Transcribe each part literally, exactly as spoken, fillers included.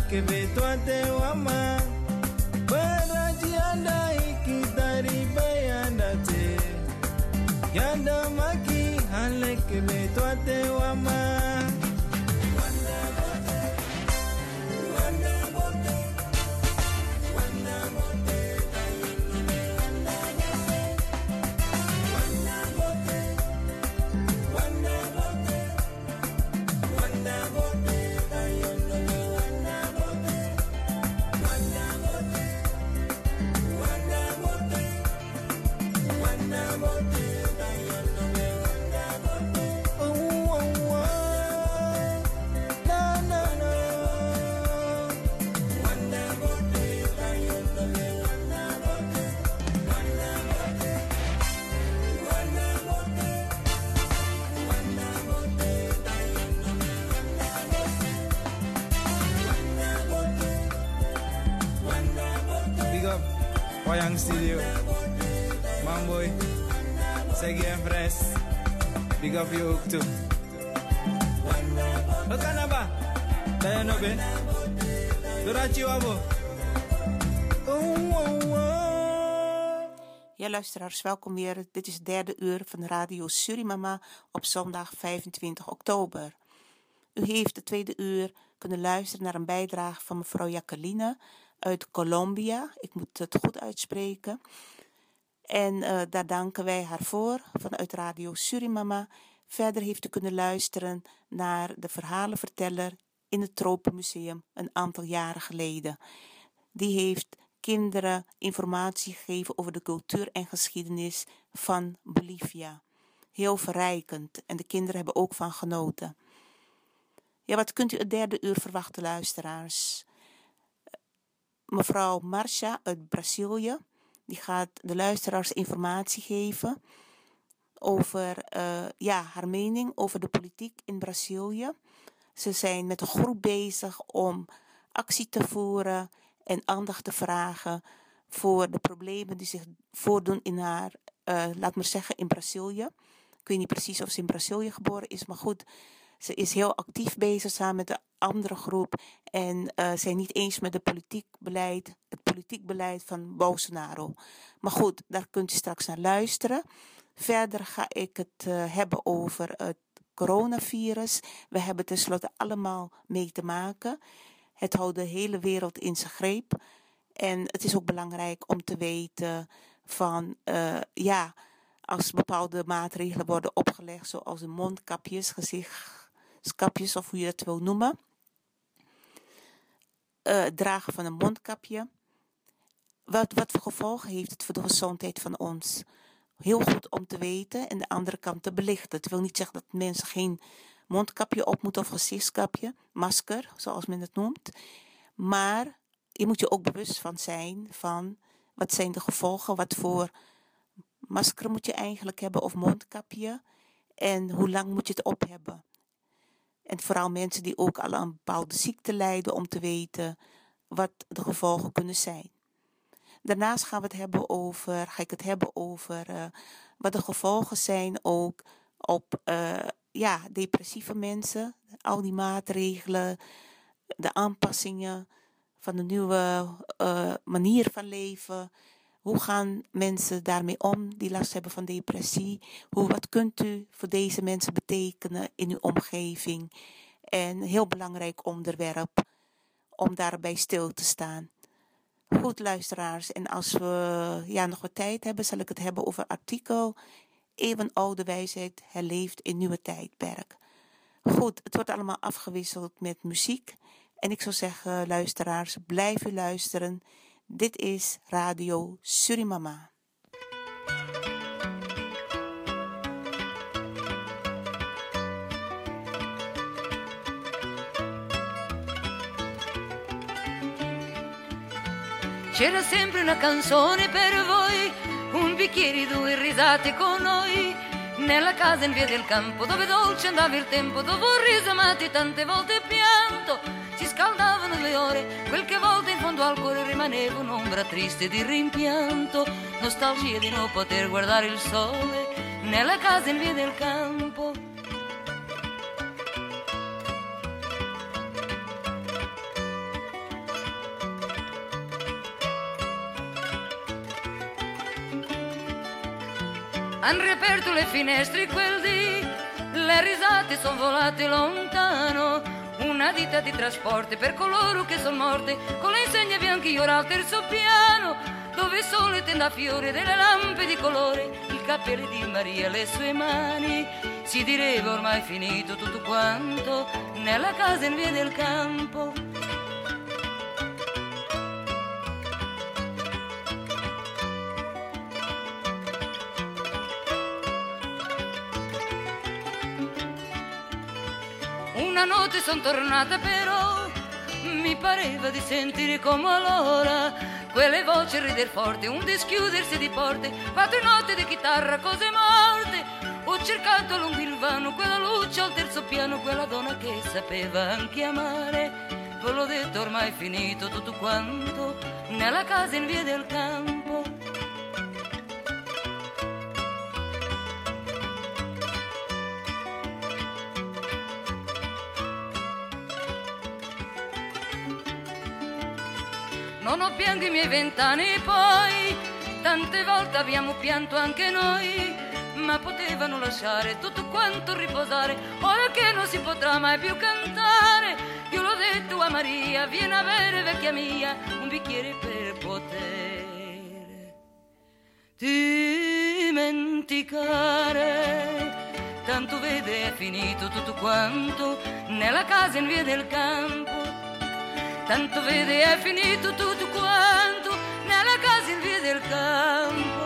que ve tu ate wama. Baraji anda iki dari bayanda te. Yanda maki hale que ve tu ate wama. Wayang Studio, Mamboy, Segi en Fres, big up you ook toe. Wat kanaba? Daya no be? Durachi wabo. Ja, luisteraars, welkom weer. Dit is het derde uur van Radio Surimama op zondag vijfentwintig oktober. U heeft het tweede uur kunnen luisteren naar een bijdrage van mevrouw Jacqueline uit Colombia. Ik moet het goed uitspreken. En uh, daar danken wij haar voor vanuit Radio Surimama. Verder heeft u kunnen luisteren naar de verhalenverteller in het Tropenmuseum een aantal jaren geleden. Die heeft kinderen informatie gegeven over de cultuur en geschiedenis van Bolivia. Heel verrijkend en de kinderen hebben ook van genoten. Ja, wat kunt u het derde uur verwachten, luisteraars? Mevrouw Marcia uit Brazilië, die gaat de luisteraars informatie geven over uh, ja, haar mening over de politiek in Brazilië. Ze zijn met een groep bezig om actie te voeren en aandacht te vragen voor de problemen die zich voordoen in haar, uh, laat maar zeggen, in Brazilië. Ik weet niet precies of ze in Brazilië geboren is, maar goed, ze is heel actief bezig samen met de andere groep en uh, zijn niet eens met de politiek beleid, het politiek beleid van Bolsonaro. Maar goed, daar kunt u straks naar luisteren. Verder ga ik het uh, hebben over het coronavirus. We hebben tenslotte allemaal mee te maken. Het houdt de hele wereld in zijn greep. En het is ook belangrijk om te weten van, uh, ja, als bepaalde maatregelen worden opgelegd, zoals de mondkapjes, gezichtskapjes of hoe je dat wil noemen. Uh, het dragen van een mondkapje. Wat, wat voor gevolgen heeft het voor de gezondheid van ons? Heel goed om te weten en de andere kant te belichten. Het wil niet zeggen dat mensen geen mondkapje op moeten of gezichtskapje, masker, zoals men het noemt. Maar je moet je ook bewust van zijn van wat zijn de gevolgen, wat voor masker moet je eigenlijk hebben of mondkapje en hoe lang moet je het op hebben. En vooral mensen die ook al aan een bepaalde ziekte lijden om te weten wat de gevolgen kunnen zijn. Daarnaast gaan we het hebben over, ga ik het hebben over uh, wat de gevolgen zijn ook op uh, ja, depressieve mensen. Al die maatregelen, de aanpassingen van de nieuwe uh, manier van leven. Hoe gaan mensen daarmee om die last hebben van depressie? Hoe, wat kunt u voor deze mensen betekenen in uw omgeving? En een heel belangrijk onderwerp om daarbij stil te staan. Goed, luisteraars, en als we ja, nog wat tijd hebben, zal ik het hebben over artikel Eeuwenoude wijsheid herleeft in nieuwe tijdperk. Goed, het wordt allemaal afgewisseld met muziek. En ik zou zeggen, luisteraars, blijf u luisteren. Dit is Radio Surimama. C'era sempre una canzone per voi, un bicchiere, due risate con noi, nella casa in via del campo, dove dolce andava il tempo, dove ho riso amati tante volte pianto, si scaldavano le ore, quel che volte in fondo al cuore rimaneva un'ombra triste di rimpianto, nostalgia di non poter guardare il sole, nella casa in via del campo. Han riaperto le finestre quel dì, le risate son volate lontano, una ditta di trasporti per coloro che son morte, con le insegne bianche io ora al terzo piano, dove il sole tende a fiori delle lampe di colore, il cappello di Maria e le sue mani. Si direbbe ormai finito tutto quanto, nella casa in via del campo. Una notte son tornata però, mi pareva di sentire come allora quelle voci rider forte, un dischiudersi di porte, quattro note di chitarra, cose morte. Ho cercato a lungo il vano quella luce al terzo piano, quella donna che sapeva anche amare. Ve l'ho detto ormai è finito tutto quanto, nella casa in via del campo. Non ho pianto i miei vent'anni poi, tante volte abbiamo pianto anche noi, ma potevano lasciare tutto quanto riposare, ora che non si potrà mai più cantare. Io l'ho detto a Maria, vieni a bere vecchia mia, un bicchiere per poter dimenticare. Tanto vede è finito tutto quanto, nella casa in via del campo. Tanto vede è finito tutto quanto, nella casa in via del campo.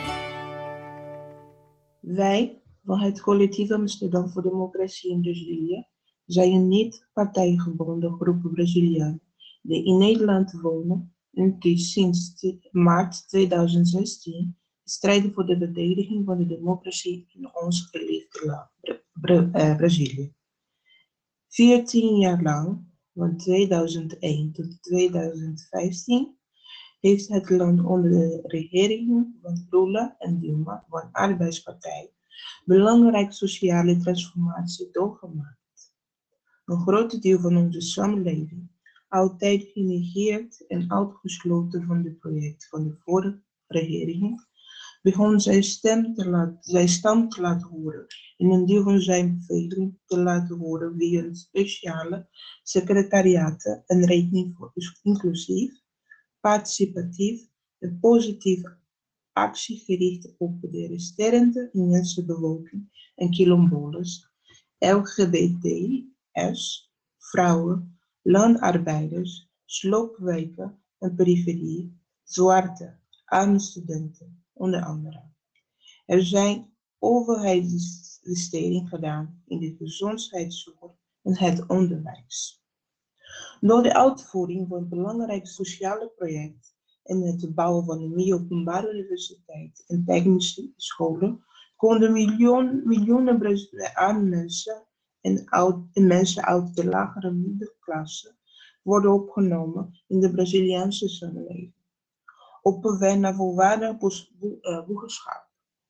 Wij van het collectief Amsterdam voor Democratie in Brazilië zijn een niet-partijgebonden groep Brazilianen die in Nederland wonen en die sinds maart tweeduizend zestien strijden voor de verdediging van de democratie in ons geliefde land, Bra- eh, Brazilië. veertien jaar lang, van tweeduizend één tot tweeduizend vijftien, heeft het land onder de regering van Lula en Dilma van Arbeidspartij belangrijke sociale transformatie doorgemaakt. Een groot deel van onze samenleving, altijd genegeerd en uitgesloten van het project van de vorige regering, begon zijn stem te laten, zijn stem te laten horen en een deel van zijn beveling te laten horen via een speciale secretariaten en rekening voor inclusief, participatief en positief actie gericht op de resterende immense bevolking en quilombolas, L G B T S, vrouwen, landarbeiders, sloopwijken en periferie, zwarte, arme studenten, onder andere. Er zijn overheidsinvesteringen gedaan in de gezondheidszorg en het onderwijs. Door de uitvoering van belangrijke sociale projecten en het bouwen van een nieuwe openbare universiteit en technische scholen konden miljoen, miljoenen arme mensen en, oud, en mensen uit de lagere middenklasse worden opgenomen in de Braziliaanse samenleving. Op weg naar volwaardig burgerschap.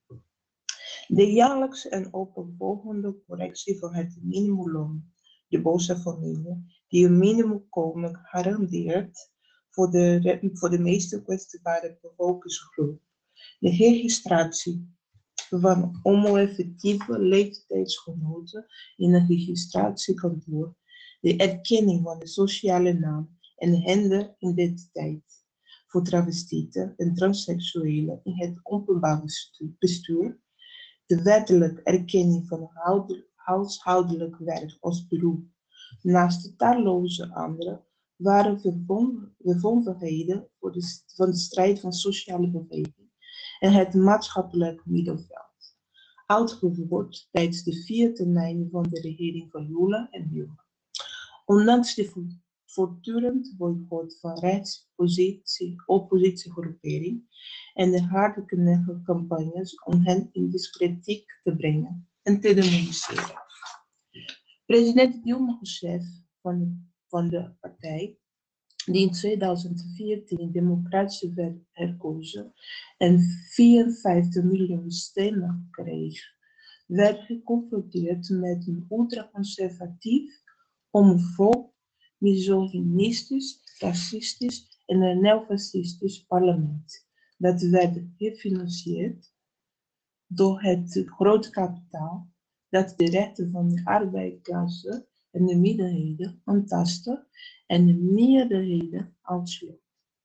De jaarlijkse en opeenvolgende correctie van het minimumloon, de Bolsa Familie, die een minimumkomen garandeert voor de, voor de meeste kwetsbare bevolkingsgroep. De registratie van homo-effectieve leeftijdsgenoten in een registratiekantoor. De erkenning van de sociale naam en genderidentiteit voor travestieten en transseksuelen in het openbaar bestuur. De wettelijke erkenning van huishoudelijk werk als beroep. Naast de talloze andere waren verworvenheden voor de, van de strijd van sociale beweging en het maatschappelijk middenveld, uitgevoerd tijdens de vier termijnen van de regering van Lula en Dilma. Ondanks de voortdurend boycott van rechtspositie, oppositiegroepering en de harde campagnes om hen in discrediet te brengen en te demoniseren. President Dilma Rousseff van, van de partij, die in tweeduizend veertien democratisch werd herkozen en vierenvijftig miljoen stemmen kreeg, werd geconfronteerd met een ultraconservatief, homofoob, misogynistisch, racistisch en een neofascistisch parlement. Dat werd gefinancierd door het grote kapitaal dat de rechten van de arbeidsklasse en de minderheden aantasten en de meerderheden uitsluit.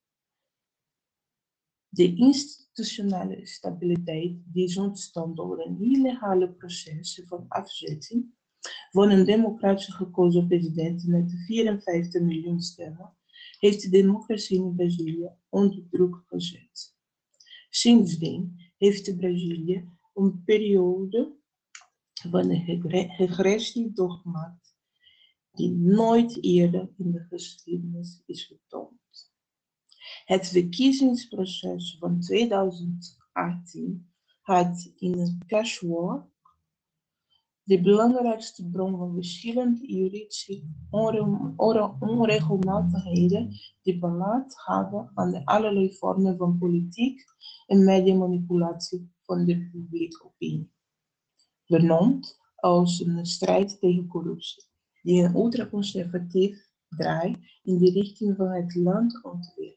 De institutionele stabiliteit die is ontstaan door een illegale proces van afzetting van een democratisch gekozen president met vierenvijftig miljoen stemmen, heeft de democratie in Brazilië onder druk gezet. Sindsdien heeft Brazilië een periode van regressie doorgemaakt die nooit eerder in de geschiedenis is getoond. Het verkiezingsproces van tweeduizend achttien had in een cash war de belangrijkste bron van verschillende juridische onregelmatigheden die plaats hadden aan de allerlei vormen van politiek en mediamanipulatie van de publieke opinie. Benoemd als een strijd tegen corruptie, die een ultraconservatief draai in de richting van het land ontwerpen.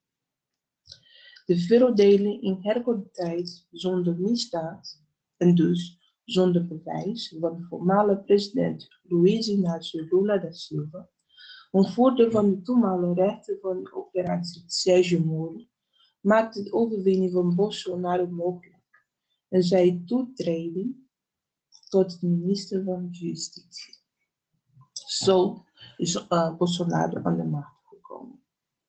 De veroordeling in herkorte tijd zonder misdaad en dus zonder bewijs van de voormalige president Luiz Inácio Lula da Silva, een voerder van de toenmalige rechten van de operatie Sérgio Moro, maakte het overwinning van Bolsonaro mogelijk en zijn toetreding tot de minister van Justitie. Zo is uh, Bolsonaro aan de macht gekomen.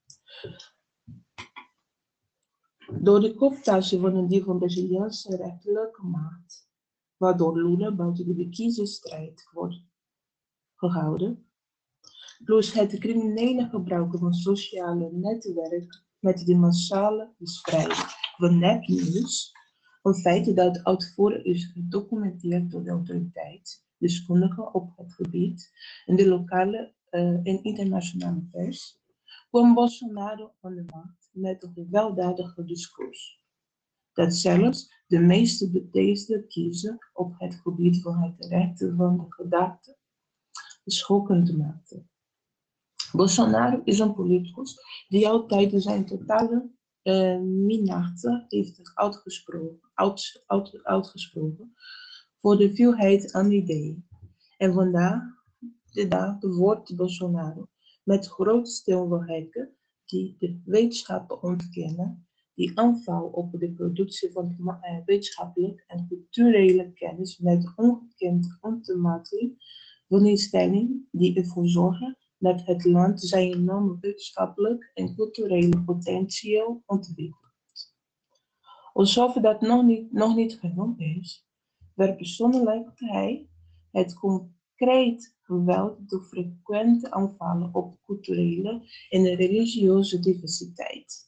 Door de cooptatie van een deel van de Braziliaanse rechterlijke macht, waardoor Lula buiten de verkiezingsstrijd wordt gehouden, plus het criminele gebruiken van sociale netwerken met de massale verspreiding van nepnieuws, een feit dat uitvoerig is gedocumenteerd door de autoriteit, deskundigen op het gebied en de lokale uh, en internationale pers, kwam Bolsonaro aan de macht met een gewelddadige discours, dat zelfs de meeste bedeesde kiezer op het gebied van het rechten van de gedachte schokkend maakte. Bolsonaro is een politicus die altijd zijn totale uh, minachte heeft uitgesproken, uit, uit, uitgesproken voor de veelheid aan ideeën. En vandaag de dag wordt Bolsonaro met groot stil verhekken die de wetenschappen ontkennen, die aanval op de productie van uh, wetenschappelijke en culturele kennis met ongekend ultimatum van instellingen die ervoor zorgen dat het land zijn enorme wetenschappelijk en culturele potentieel ontwikkelt. Alsof dat nog niet, nog niet genoeg is, verpersoonlijkt hij het concreet geweld door frequente aanvallen op culturele en religieuze diversiteit.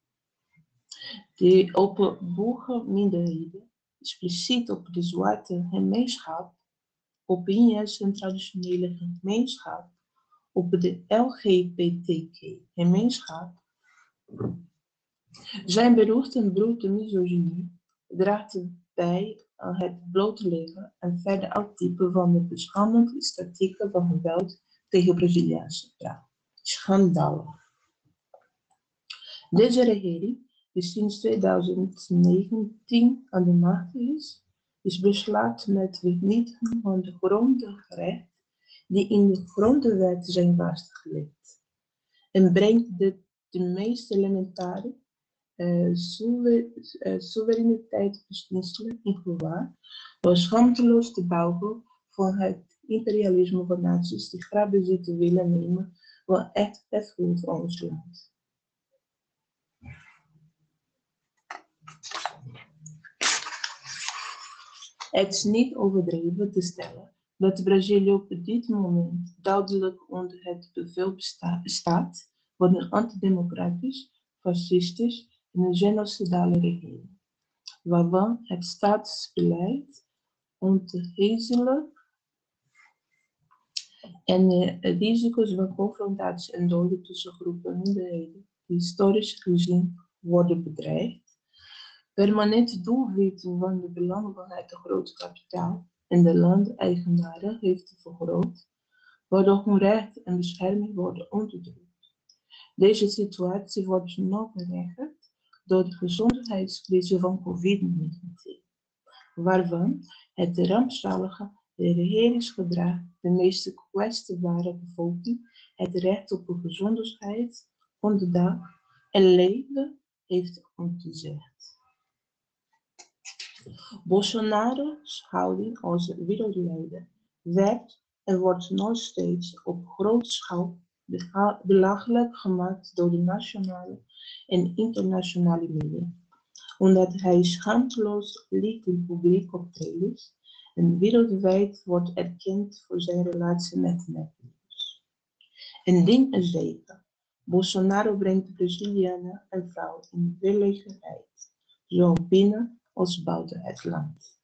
De op burgerminderheden, expliciet op de zwarte gemeenschap, op Indiërs en traditionele gemeenschap, op de L G B T Q-gemeenschap, zijn beruchte en brute misogynie draagt bij aan het blootleggen en verder uittypen van de beschamende statistieken van geweld tegen Braziliaanse vrouwen. Schandalig. Deze regering, die sinds tweeduizend negentien aan de macht is, is besluit met het vernietigen van de grondrechten die in de grondwet zijn vastgelegd en brengt de, de meest elementaire uh, soevereiniteitsbeginselen in gevaar door schaamteloos te bouwen van het imperialisme van naties die graag bezit te willen nemen van echt erfgoed van ons land. Het is niet overdreven te stellen dat Brazilië op dit moment duidelijk onder het bevel besta- staat van een antidemocratisch, fascistisch en een genocidale regering, waarvan het staatsbeleid ontheemelijk en de risico's van confrontatie en doden tussen groepen minderheden die historisch gezien worden bedreigd, permanent doelwitten van de belangen van het grote kapitaal en de landeigenaren heeft vergroot, waardoor hun recht en bescherming worden onderdrukt. Deze situatie wordt nog verergerd door de gezondheidscrisis van covid negentien. waarvan het rampzalige regeringsgedrag de meest kwetsbare bevolking het recht op een gezondheid, onderdak en leven heeft ontzegd. Bolsonaro's houding als wereldleider werd en wordt nog steeds op grote schaal belachelijk gemaakt door de nationale en internationale media, omdat hij schaamteloos liegt in publiek optredens en wereldwijd wordt erkend voor zijn relatie met Netflix. Een ding is zeker, Bolsonaro brengt Brazilianen en vrouwen in verlegenheid, zowel binnen als buiten het land.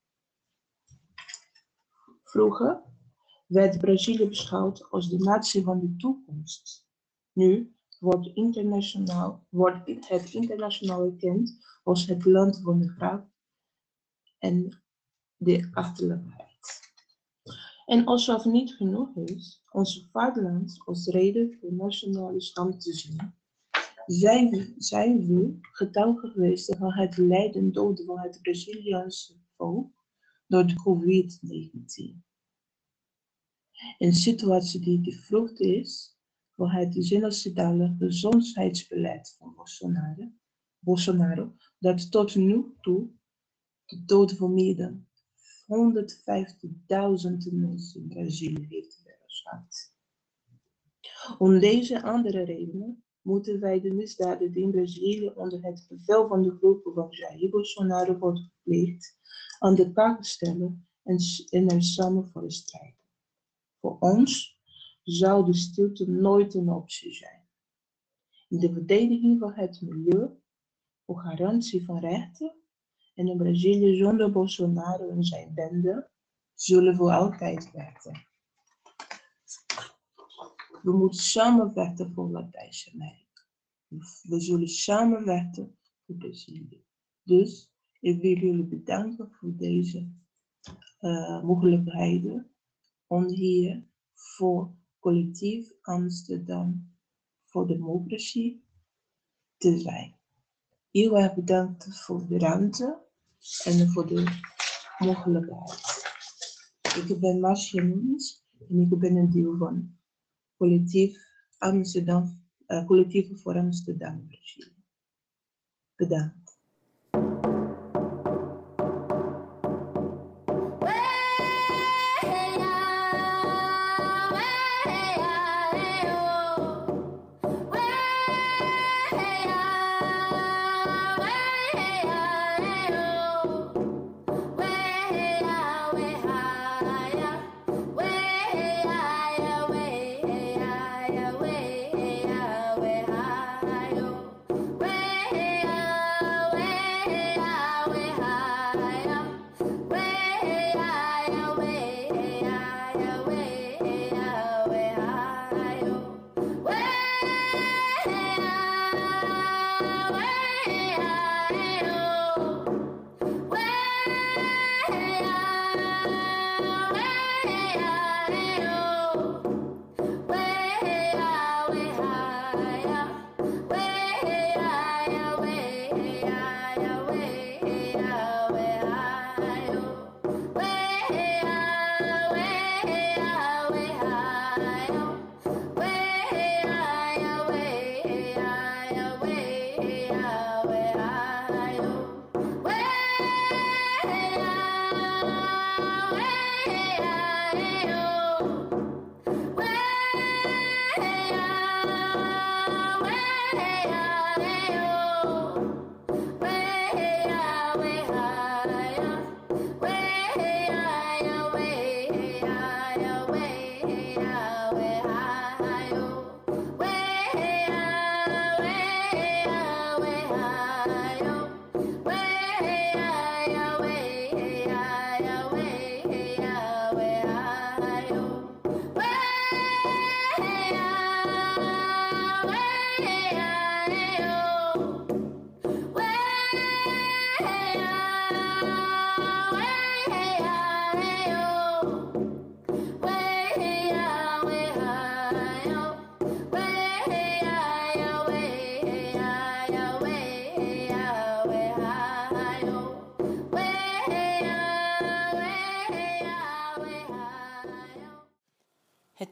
Vroeger werd Brazilië beschouwd als de natie van de toekomst. Nu wordt, internationaal, wordt het internationaal erkend als het land van de graf en de achterlijkheid. En alsof niet genoeg is, ons vaderland als reden voor nationale schande te zien, zijn we, zijn we getuigen geweest van het lijden en dood van het Braziliaanse volk door de covid negentien. Een situatie die de vrucht is van het genocidale gezondheidsbeleid van Bolsonaro, Bolsonaro, dat tot nu toe de dood van meer dan honderdvijftigduizend mensen in Brazilië heeft veroorzaakt. Om deze andere redenen moeten wij de misdaden die in Brazilië onder het bevel van de groepen van Jair Bolsonaro wordt gepleegd aan de kaak stellen en, en er samen voor strijden. Voor ons zou de stilte nooit een optie zijn. In de verdediging van het milieu, voor garantie van rechten en in Brazilië zonder Bolsonaro en zijn bende zullen we altijd werken. We moeten samenwerken voor Latijns-Amerika. We zullen samenwerken voor Brazilië. Dus ik wil jullie bedanken voor deze uh, mogelijkheden om hier voor collectief Amsterdam voor democratie te zijn. Heel erg bedankt voor de ruimte en voor de mogelijkheid. Ik ben Marcia Nunes en ik ben een deel van collectief Amsterdam, uh, collectief voor Amsterdam. Bedankt. Way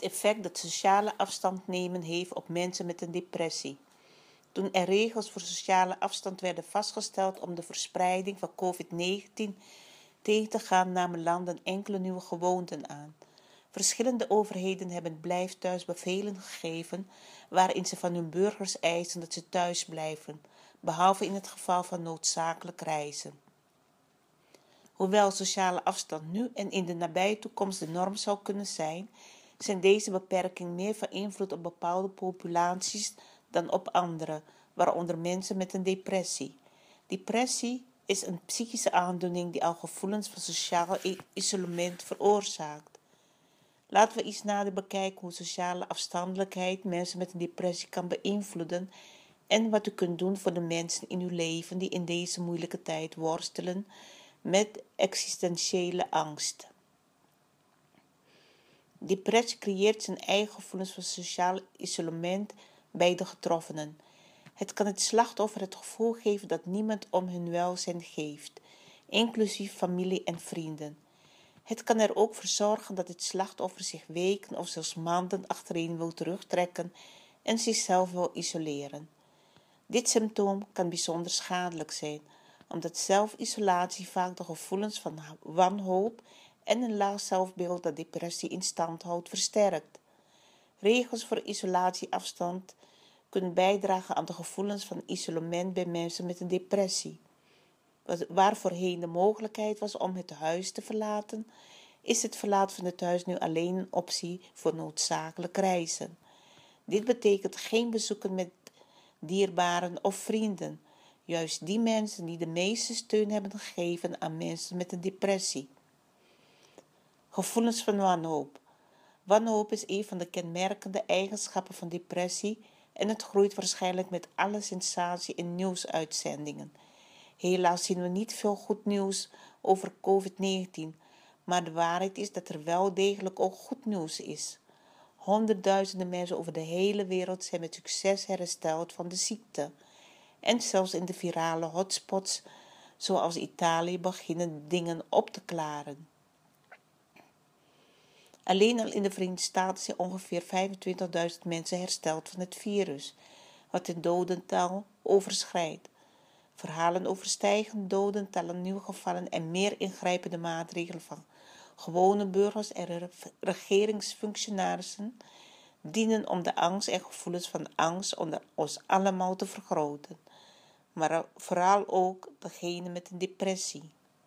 het effect dat sociale afstand nemen heeft op mensen met een depressie. Toen er regels voor sociale afstand werden vastgesteld om de verspreiding van covid negentien tegen te gaan, namen landen enkele nieuwe gewoonten aan. Verschillende overheden hebben blijf thuis bevelen gegeven, waarin ze van hun burgers eisen dat ze thuis blijven, behalve in het geval van noodzakelijk reizen. Hoewel sociale afstand nu en in de nabije toekomst de norm zou kunnen zijn, zijn deze beperkingen meer van invloed op bepaalde populaties dan op andere, waaronder mensen met een depressie. Depressie is een psychische aandoening die al gevoelens van sociaal isolement veroorzaakt. Laten we eens nader bekijken hoe sociale afstandelijkheid mensen met een depressie kan beïnvloeden en wat u kunt doen voor de mensen in uw leven die in deze moeilijke tijd worstelen met existentiële angst. Depressie creëert zijn eigen gevoelens van sociaal isolement bij de getroffenen. Het kan het slachtoffer het gevoel geven dat niemand om hun welzijn geeft, inclusief familie en vrienden. Het kan er ook voor zorgen dat het slachtoffer zich weken of zelfs maanden achtereen wil terugtrekken en zichzelf wil isoleren. Dit symptoom kan bijzonder schadelijk zijn, omdat zelfisolatie vaak de gevoelens van wanhoop en een laag zelfbeeld dat depressie in stand houdt versterkt. Regels voor isolatieafstand kunnen bijdragen aan de gevoelens van isolement bij mensen met een depressie. Waar voorheen de mogelijkheid was om het huis te verlaten, is het verlaten van het huis nu alleen een optie voor noodzakelijk reizen. Dit betekent geen bezoeken met dierbaren of vrienden, juist die mensen die de meeste steun hebben gegeven aan mensen met een depressie. Gevoelens van wanhoop. Wanhoop is een van de kenmerkende eigenschappen van depressie en het groeit waarschijnlijk met alle sensatie- en nieuwsuitzendingen. Helaas zien we niet veel goed nieuws over covid negentien, maar de waarheid is dat er wel degelijk ook goed nieuws is. Honderdduizenden mensen over de hele wereld zijn met succes hersteld van de ziekte. En zelfs in de virale hotspots, zoals Italië, beginnen dingen op te klaren. Alleen al in de Verenigde Staten zijn ongeveer vijfentwintigduizend mensen hersteld van het virus, wat het dodental overschrijdt. Verhalen over stijgende dodentallen, nieuwe gevallen en meer ingrijpende maatregelen van gewone burgers en regeringsfunctionarissen dienen om de angst en gevoelens van angst onder ons allemaal te vergroten, maar vooral ook degene met een depressie.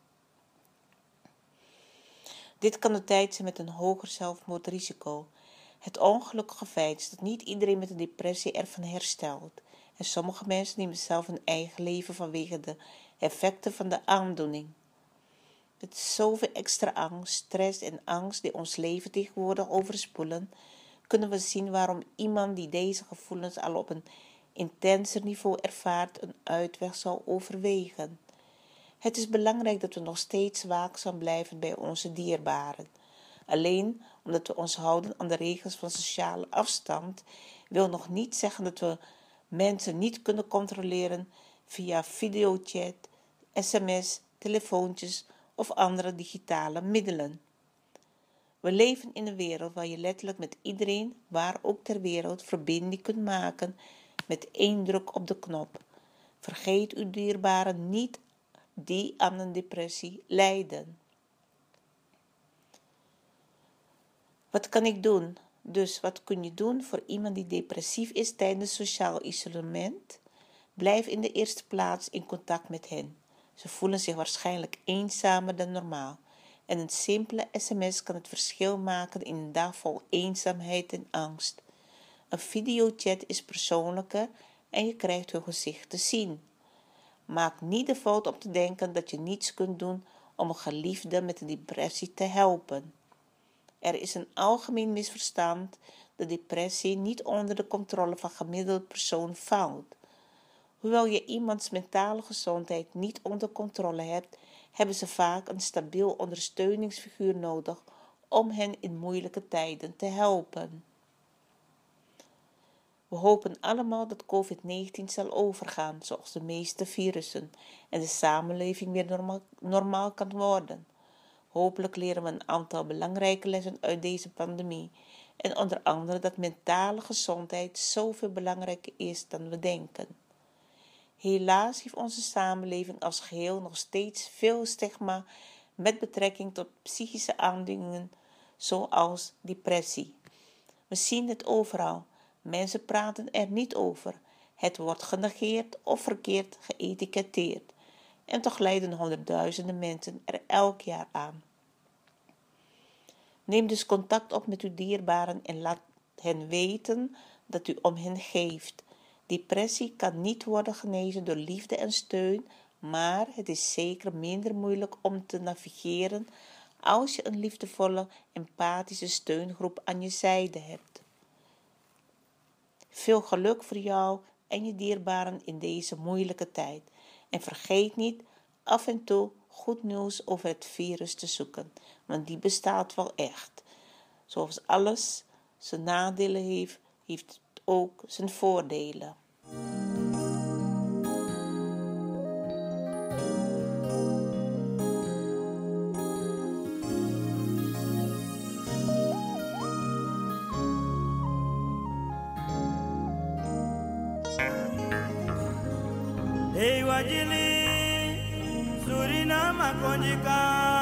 Dit kan de tijd zijn met een hoger zelfmoordrisico. Het ongelukkige feit is dat niet iedereen met een depressie ervan herstelt. En sommige mensen nemen zelf hun eigen leven vanwege de effecten van de aandoening. Met zoveel extra angst, stress en angst die ons leven tegenwoordig overspoelen, kunnen we zien waarom iemand die deze gevoelens al op een intenser niveau ervaart een uitweg zal overwegen. Het is belangrijk dat we nog steeds waakzaam blijven bij onze dierbaren. Alleen omdat we ons houden aan de regels van sociale afstand, wil nog niet zeggen dat we mensen niet kunnen controleren via videochat, sms, telefoontjes of andere digitale middelen. We leven in een wereld waar je letterlijk met iedereen, waar ook ter wereld, verbinding kunt maken met één druk op de knop. Vergeet uw dierbaren niet die aan een depressie lijden. Wat kan ik doen? Dus wat kun je doen voor iemand die depressief is tijdens sociaal isolement? Blijf in de eerste plaats in contact met hen. Ze voelen zich waarschijnlijk eenzamer dan normaal. En een simpele sms kan het verschil maken in een dag vol eenzaamheid en angst. Een videochat is persoonlijker en je krijgt hun gezicht te zien. Maak niet de fout om te denken dat je niets kunt doen om een geliefde met een depressie te helpen. Er is een algemeen misverstand dat depressie niet onder de controle van gemiddelde persoon valt. Hoewel je iemands mentale gezondheid niet onder controle hebt, hebben ze vaak een stabiel ondersteuningsfiguur nodig om hen in moeilijke tijden te helpen. We hopen allemaal dat covid negentien zal overgaan, zoals de meeste virussen, en de samenleving weer normaal, normaal kan worden. Hopelijk leren we een aantal belangrijke lessen uit deze pandemie En onder andere dat mentale gezondheid zoveel belangrijker is dan we denken. Helaas heeft onze samenleving als geheel nog steeds veel stigma met betrekking tot psychische aandoeningen zoals depressie. We zien het overal. Mensen praten er niet over. Het wordt genegeerd of verkeerd geëtiketteerd. En toch lijden honderdduizenden mensen er elk jaar aan. Neem dus contact op met uw dierbaren en laat hen weten dat u om hen geeft. Depressie kan niet worden genezen door liefde en steun, maar het is zeker minder moeilijk om te navigeren als je een liefdevolle, empathische steungroep aan je zijde hebt. Veel geluk voor jou en je dierbaren in deze moeilijke tijd. En vergeet niet af en toe goed nieuws over het virus te zoeken, want die bestaat wel echt. Zoals alles zijn nadelen heeft, heeft het ook zijn voordelen. Hey wajili Suriname konjika.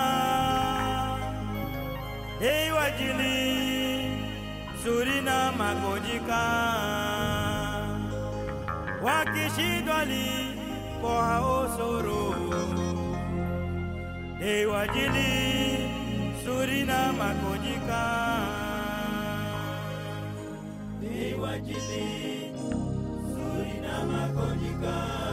Hey wajili Suriname konjika. Wakishidwali kwa osoro. Hey wajili Suriname konjika. Hey wajili Suriname konjika.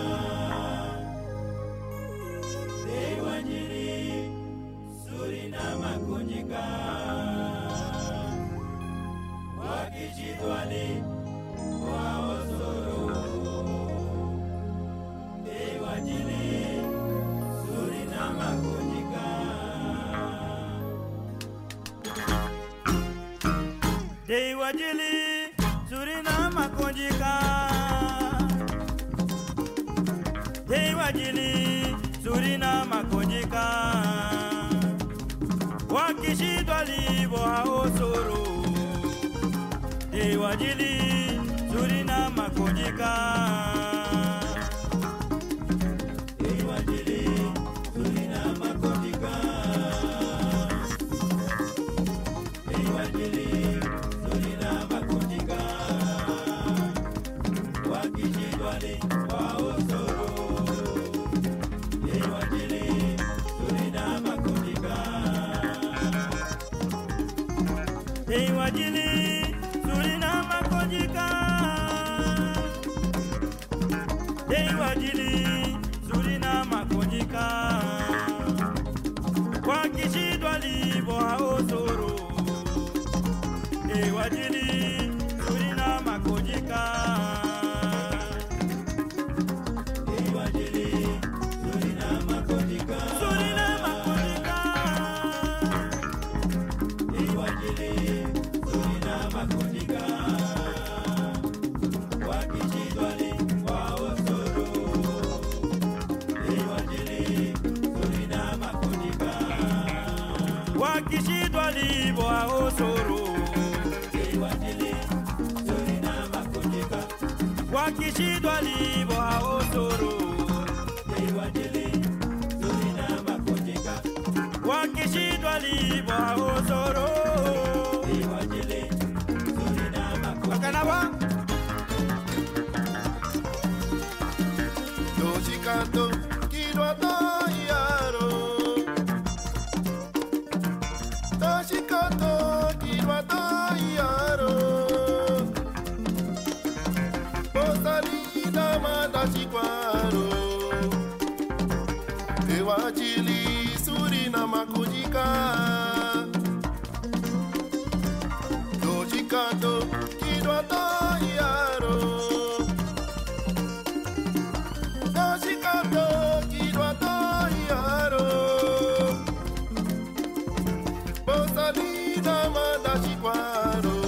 Suriname konjika. Wakishidwali kwa osoro. Ewajili Suriname konjika. Ewajili Suriname konjika. Ewajili Suriname konjika. Wakishidwali boha osoro. Ewajili Suriname konjika. Ewajili Suriname konjika. Ewajili Suriname konjika. Wakishidwali boha osoro. Ewajili Suriname konjika. Ewajili Suriname konjika. Ewajili Suriname konjika. Wakishidwali boha osoro. Ewajili Suriname konjika. Ewajili Suriname konjika. Suriname konjika. Ewajili Suriname konjika. Wakishidwali kwa osoro. Ewajili Suriname konjika. Wakishidwali boha osoro. Ewajili Suriname konjika. Wakishidwali boha osoro. Ewajili Suriname konjika. Wakishidwali boha osoro. Ewajili Suriname konjika. Akanawa Doshikato Kirwato Yaro. Doshikato Kirwato Yaro. Postalida Madashikwaro. Ewajili Suriname konjika. Doshikato Kirwato Yaro. Doshikato Kirwato Yaro. Postalida Madashikwaro.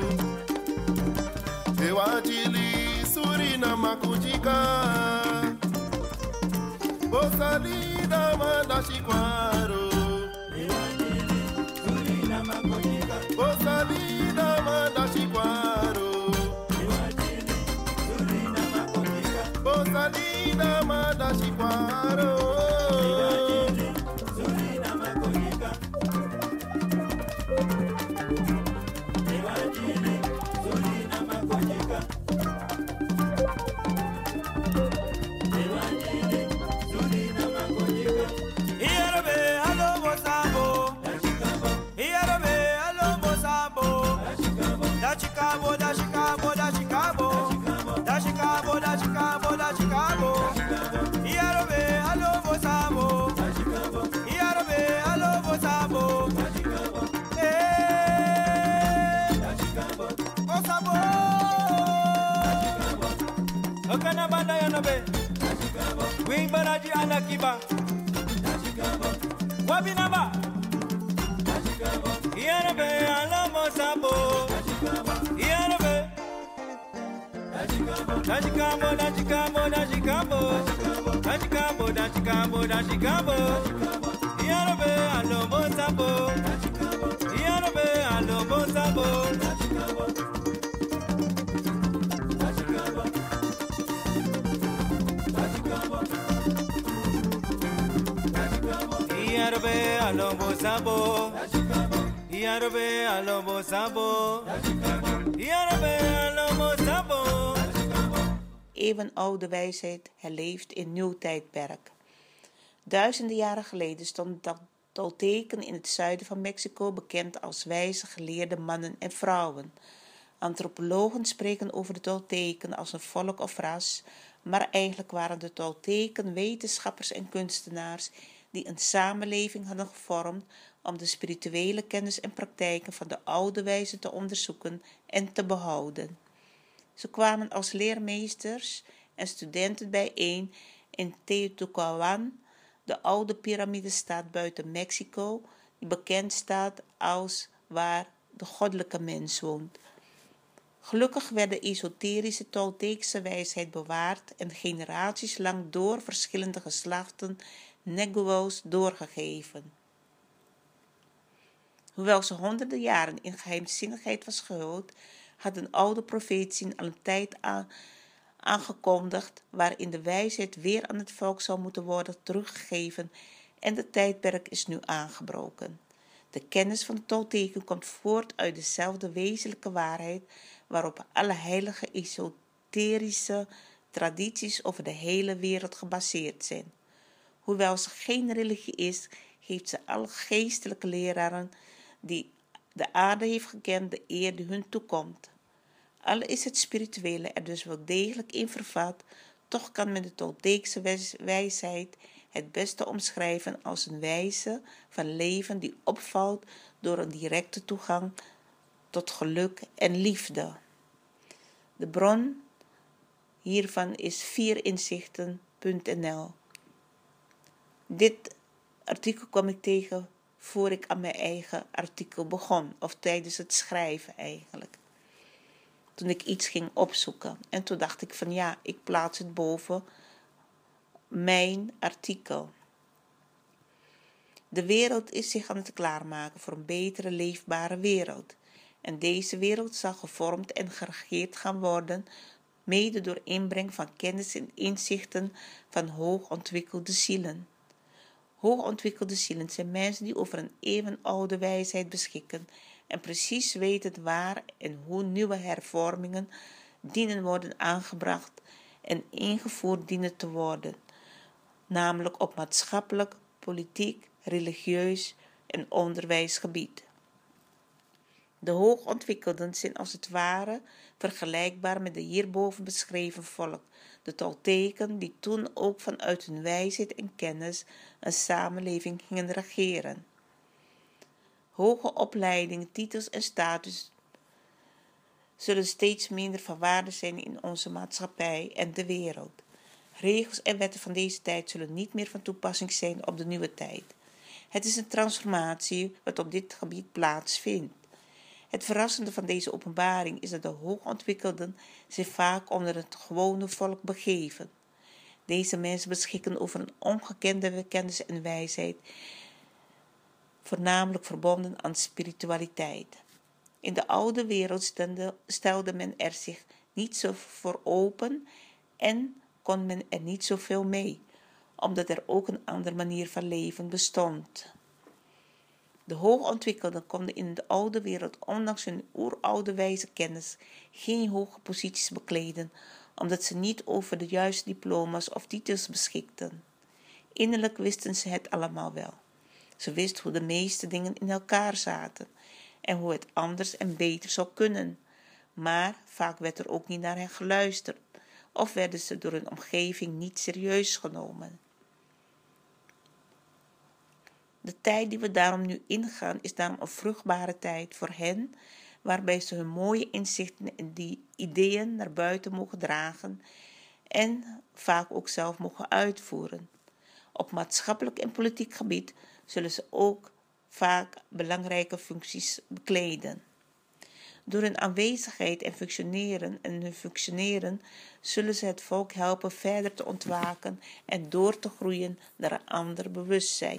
Ewajili Suriname konjika. Postalida Madashikwaro. Ewajili Suriname konjika. Postalida da chiquaro. Chicago, da Chicago, da Chicago, da Chicago, da Chicago, da Chicago. Yarobe, allo bosamo. Yarobe, allo bosamo. Eh, bosamo. Okana banda yanobe. Wing baraji anakiba. Wabinaba. Yarobe, allo bosamo. Da Chicago, da Chicago, da Chicago, da Chicago, da Chicago, da Chicago. Yarobe, allo bosamo. Yarobe, allo bosamo. Yarobe, allo bosamo. Yarobe, allo bosamo. Yarobe, allo bosamo. Eeuwenoude wijsheid herleeft in nieuw tijdperk. Duizenden jaren geleden stonden de Tolteken in het zuiden van Mexico bekend als wijze geleerde mannen en vrouwen. Antropologen spreken over de Tolteken als een volk of ras, maar eigenlijk waren de Tolteken wetenschappers en kunstenaars die een samenleving hadden gevormd om de spirituele kennis en praktijken van de oude wijzen te onderzoeken en te behouden. Ze kwamen als leermeesters en studenten bijeen in Teotihuacan, de oude piramidestad buiten Mexico, die bekend staat als waar de goddelijke mens woont. Gelukkig werd de esoterische Tolteekse wijsheid bewaard en generaties lang door verschillende geslachten Neguo's doorgegeven. Hoewel ze honderden jaren in geheimzinnigheid was gehuld, hadden oude profetieën al een tijd aan, aangekondigd waarin de wijsheid weer aan het volk zou moeten worden teruggegeven en de tijdperk is nu aangebroken. De kennis van de Tolteken komt voort uit dezelfde wezenlijke waarheid waarop alle heilige esoterische tradities over de hele wereld gebaseerd zijn. Hoewel ze geen religie is, geeft ze alle geestelijke leraren die de aarde heeft gekend de eer die hun toekomt. Al is het spirituele er dus wel degelijk in vervat, toch kan men de Tolteekse wijsheid het beste omschrijven als een wijze van leven die opvalt door een directe toegang tot geluk en liefde. De bron hiervan is vierinzichten punt n l. Dit artikel kwam ik tegen voor ik aan mijn eigen artikel begon, of tijdens het schrijven eigenlijk. Toen ik iets ging opzoeken. En toen dacht ik van ja, ik plaats het boven mijn artikel. De wereld is zich aan het klaarmaken voor een betere leefbare wereld. En deze wereld zal gevormd en geregeerd gaan worden, mede door inbreng van kennis en inzichten van hoogontwikkelde zielen. Hoogontwikkelde zielen zijn mensen die over een eeuwenoude wijsheid beschikken en precies weten waar en hoe nieuwe hervormingen dienen worden aangebracht en ingevoerd dienen te worden, namelijk op maatschappelijk, politiek, religieus en onderwijsgebied. De hoogontwikkelden zijn als het ware vergelijkbaar met de hierboven beschreven volk, de Tolteken, die toen ook vanuit hun wijsheid en kennis een samenleving gingen regeren. Hoge opleiding, titels en status zullen steeds minder van waarde zijn in onze maatschappij en de wereld. Regels en wetten van deze tijd zullen niet meer van toepassing zijn op de nieuwe tijd. Het is een transformatie wat op dit gebied plaatsvindt. Het verrassende van deze openbaring is dat de hoogontwikkelden zich vaak onder het gewone volk begeven. Deze mensen beschikken over een ongekende kennis en wijsheid, voornamelijk verbonden aan spiritualiteit. In de oude wereld stelde, stelde men er zich niet zo voor open en kon men er niet zoveel mee. omdat er ook een andere manier van leven bestond. De hoogontwikkelden konden in de oude wereld ondanks hun oeroude wijze kennis geen hoge posities bekleden, omdat ze niet over de juiste diploma's of titels beschikten. Innerlijk wisten ze het allemaal wel. Ze wisten hoe de meeste dingen in elkaar zaten en hoe het anders en beter zou kunnen. Maar vaak werd er ook niet naar hen geluisterd of werden ze door hun omgeving niet serieus genomen. De tijd die we daarom nu ingaan is daarom een vruchtbare tijd voor hen, waarbij ze hun mooie inzichten en die ideeën naar buiten mogen dragen en vaak ook zelf mogen uitvoeren. Op maatschappelijk en politiek gebied zullen ze ook vaak belangrijke functies bekleden. Door hun aanwezigheid en functioneren en hun functioneren zullen ze het volk helpen verder te ontwaken en door te groeien naar een ander bewustzijn.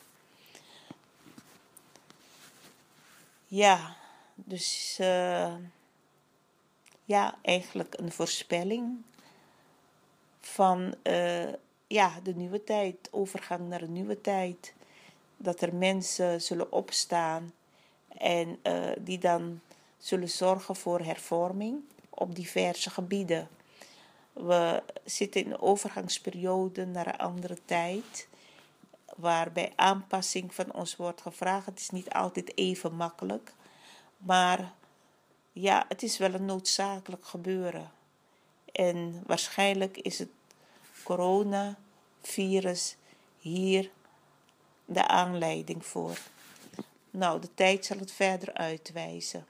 Ja, dus uh, ja, eigenlijk een voorspelling van uh, ja, de nieuwe tijd, overgang naar een nieuwe tijd. Dat er mensen zullen opstaan en uh, die dan zullen zorgen voor hervorming op diverse gebieden. We zitten in een overgangsperiode naar een andere tijd, waarbij aanpassing van ons wordt gevraagd. Het is niet altijd even makkelijk, maar ja, het is wel een noodzakelijk gebeuren. En waarschijnlijk is het coronavirus hier de aanleiding voor. Nou, de tijd zal het verder uitwijzen.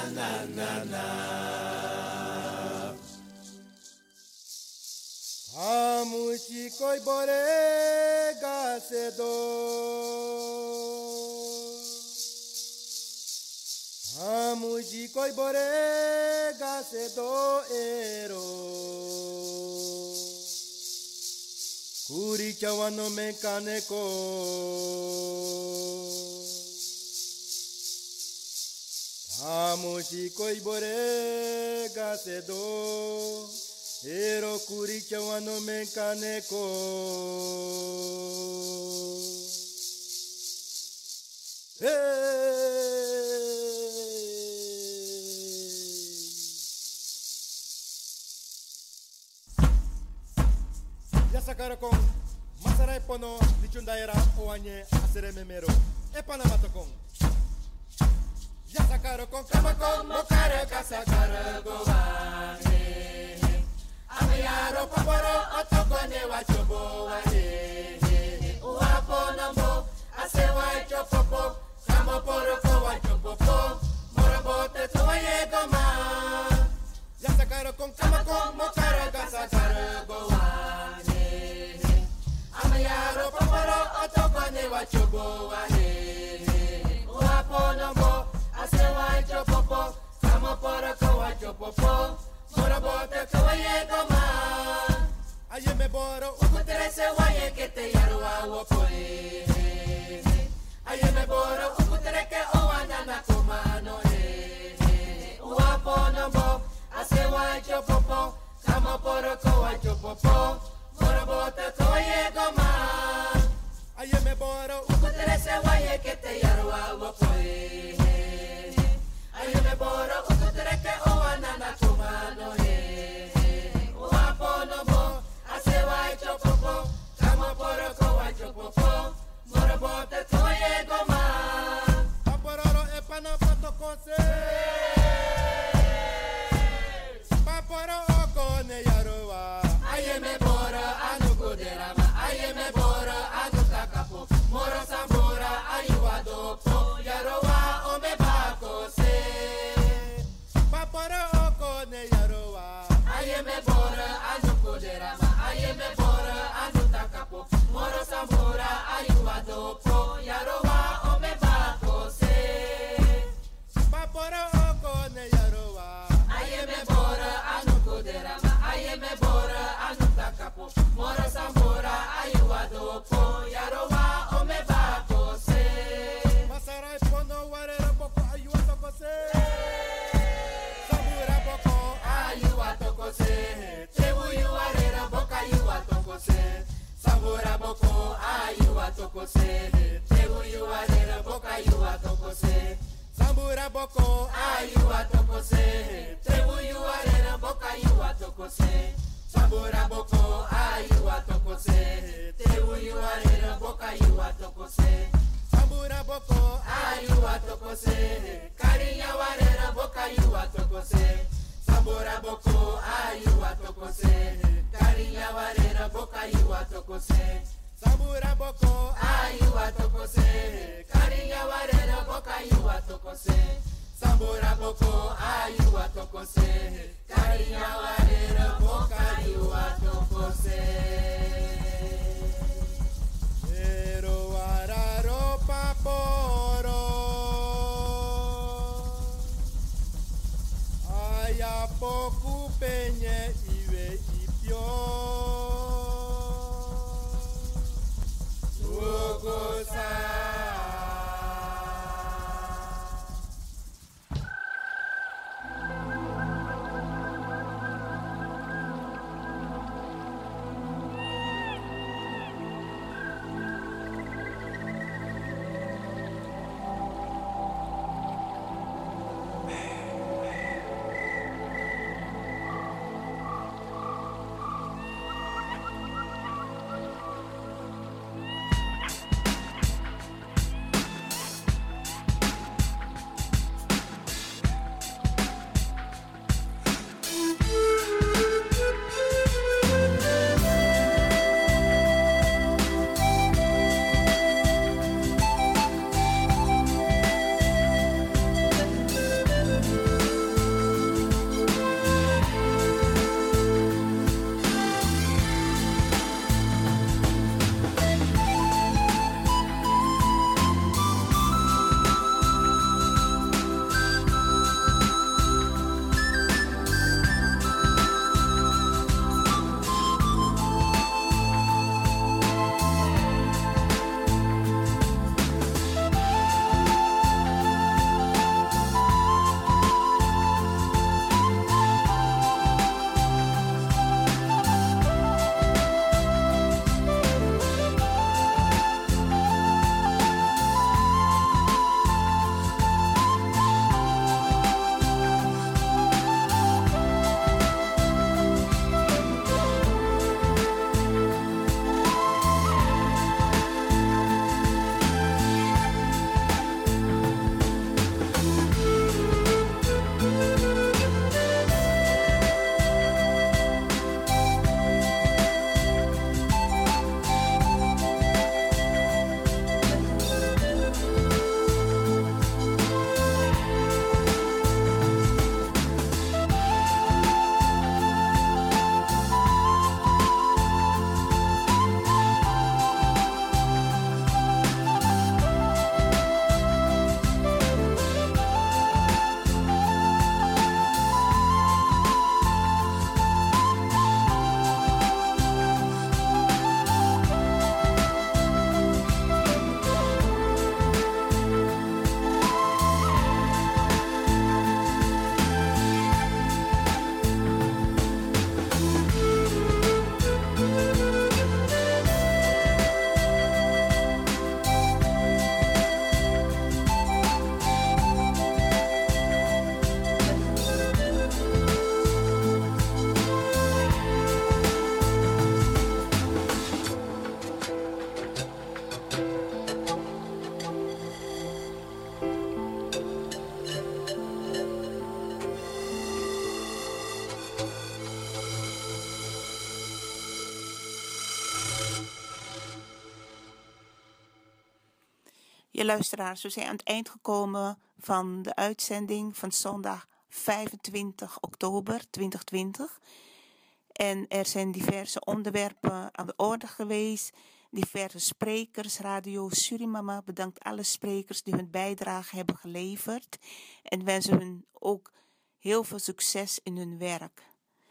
na na na. Amuchi koi bore gasedo. Amuchi koi bore gasedo ero. Kuri chawano mekaneko. Amuchi koi bore gasedo. Ero kuri chawano mekaneko. Hey! Yasakara con Masarai Pono, Lichundaira, Oanye, Asere Memero, Epanamato con Yasakara con Kamakon, Mokare, Kasakara, Goane. Ameyaro paporo otokone wachobo wae uapo nambo asewa chopopo kamo poro ko wachopopo morobote toye goma yasakaro con kamako mokaro gasakaro gowane ameyaro paporo otokone wachobo wae uapo nambo asewa chopopo kamo poro ko wachopopo Morobote kawaye goma Aye me boro ukuterese waye kete yarwa wopoe Aye me boro ukutereke owana na komano e Uapo nombo ase wajo popo Kama poro kawajo popo Morobote kawaye goma Aye me boro ukuterese waye kete yarwa wopoe Aye me boro ukutereke owana na komano e Uapo nombo asewa chopopo Kama poro kowa chopopo Morobote toye goma Papororo epana patokose Paporo oko ne yarowa Aye me boro anu kuderama Aye me boro anu takapo Moro sambora ayuwa dopo Yarowa ome bakose Paporo oko ne yarowa Aye me bora anu kuderama Aye me bora anu takapo Moro sambora ayuwa dopo Yarowa ome bakose Paporo oko ne yarowa Aye me bora anu kuderama Aye me bora anu takapo Moro sambora ayuwa dopo Yarowa ome bakose Masarai pono warera boko ayuwa tokose Sambura boko ayuwa tokose Tebu yuarera boka yuwa tokose Sambura boko ayuwa tokose Tebu yuarera boka yuwa tokose Sambura boko ayuwa tokose Tebu yuarera boka yuwa tokose Sambura boko ayuwa tokose Tebu yuarera boka yuwa tokose Sambura boko ayuwa tokose Karinya warera boka yuwa tokose Sambura boko ayuwa tokose Karinya warera boka yuwa tokose Sambura boko ayuwa tokose Karinya warera boka yuwa tokose Sambura boko ayuwa tokose Karinya warera boka yuwa tokose Ero wararo paporo Aya poku penye iwe ipyo Ugosa Ja, luisteraars, we zijn aan het eind gekomen van de uitzending van zondag vijfentwintig oktober tweeduizend twintig. En er zijn diverse onderwerpen aan de orde geweest, diverse sprekers. Radio Surimama bedankt alle sprekers die hun bijdrage hebben geleverd en wensen hun ook heel veel succes in hun werk.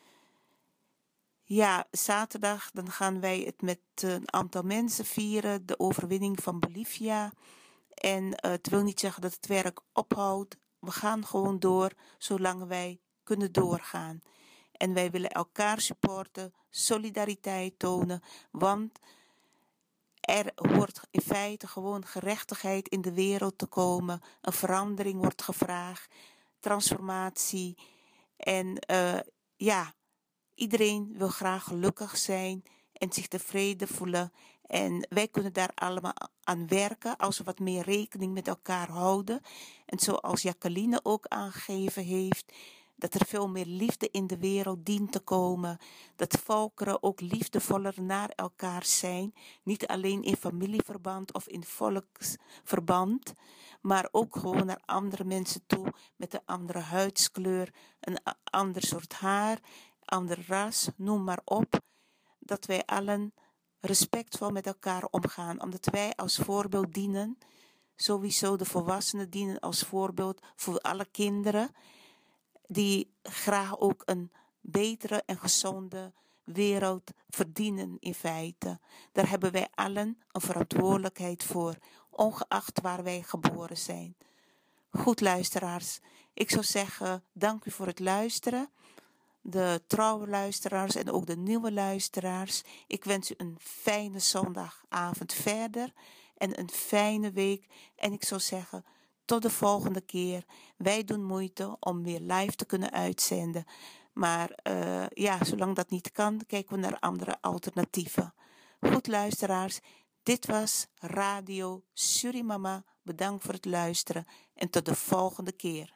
Ja, zaterdag dan gaan wij het met een aantal mensen vieren, de overwinning van Bolivia. En uh, het wil niet zeggen dat het werk ophoudt. We gaan gewoon door, zolang wij kunnen doorgaan. En wij willen elkaar supporten, solidariteit tonen, want er hoort in feite gewoon gerechtigheid in de wereld te komen. Een verandering wordt gevraagd, transformatie. En uh, ja, iedereen wil graag gelukkig zijn en zich tevreden voelen. En wij kunnen daar allemaal aan werken als we wat meer rekening met elkaar houden. En zoals Jacqueline ook aangegeven heeft, dat er veel meer liefde in de wereld dient te komen. Dat volkeren ook liefdevoller naar elkaar zijn. Niet alleen in familieverband of in volksverband, maar ook gewoon naar andere mensen toe met een andere huidskleur, een ander soort haar, ander ras, noem maar op. Dat wij allen respectvol met elkaar omgaan, omdat wij als voorbeeld dienen. Sowieso de volwassenen dienen als voorbeeld voor alle kinderen, die graag ook een betere en gezonde wereld verdienen in feite. Daar hebben wij allen een verantwoordelijkheid voor, ongeacht waar wij geboren zijn. Goed, luisteraars, ik zou zeggen, dank u voor het luisteren. De trouwe luisteraars en ook de nieuwe luisteraars. Ik wens u een fijne zondagavond verder en een fijne week. En ik zou zeggen, tot de volgende keer. Wij doen moeite om weer live te kunnen uitzenden. Maar uh, ja, zolang dat niet kan, kijken we naar andere alternatieven. Goed, luisteraars, dit was Radio Surimama. Bedankt voor het luisteren en tot de volgende keer.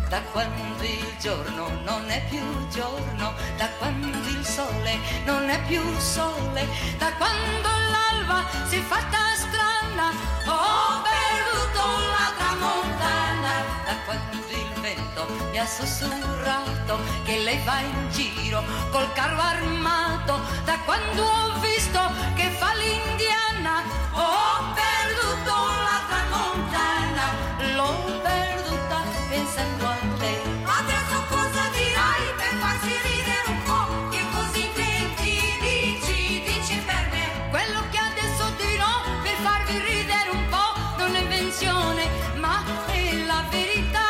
da quando il giorno non è più giorno, da quando il sole non è più sole, da quando l'alba si è fatta strana, ho perduto la tramontana, da quando il vento mi ha sussurrato che lei va in giro col carro armato, da quando ho visto che fa l'indiana, ho perduto la tramontana, l'ho perduta pensando a te. Adesso cosa dirai per farci ridere un po'? Che così inventi, dici, dici per me. Quello che adesso dirò per farvi ridere un po' non è invenzione, ma è la verità.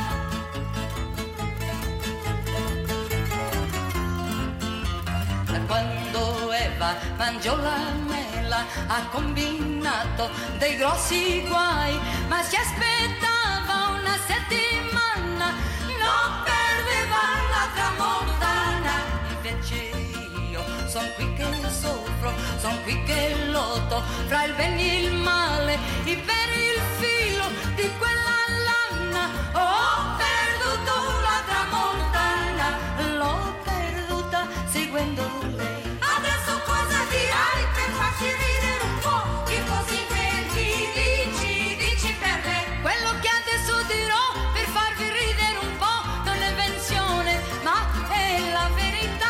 Da quando Eva mangiò la mela ha combinato dei grossi guai, ma si aspettava una settimana, non perdeva la tramontana. Invece io son qui che soffro, son qui che lotto fra il bene e il male, e per il filo di quella lana ho perduto la tramontana, l'ho perduta seguendo lei. Adesso cosa dirai per farci ridere un po'? Che così inventi, dici, dici per me. Quello che adesso dirò per farvi ridere un po' non è invenzione, ma è la verità.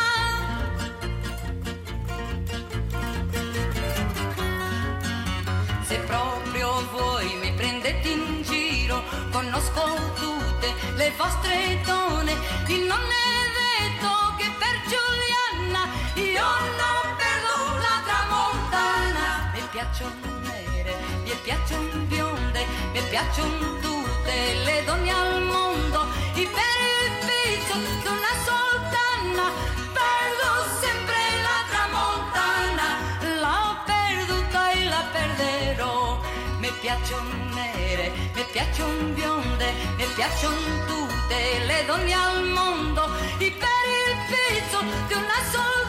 Se proprio voi mi prendete in giro, conosco tutte le vostre donne, e non è detto che per Giuliana io non perdo la tramontana. Mi piacciono nere, mi piacciono bionde, mi piacciono tutte le donne al mondo, e per il vizio di una sultana perdo sempre la tramontana, l'ho perduta e la perderò. Mi piacciono nere, mi piacciono bionde, mi piacciono tutte le donne al mondo, e per il vizio di una sultana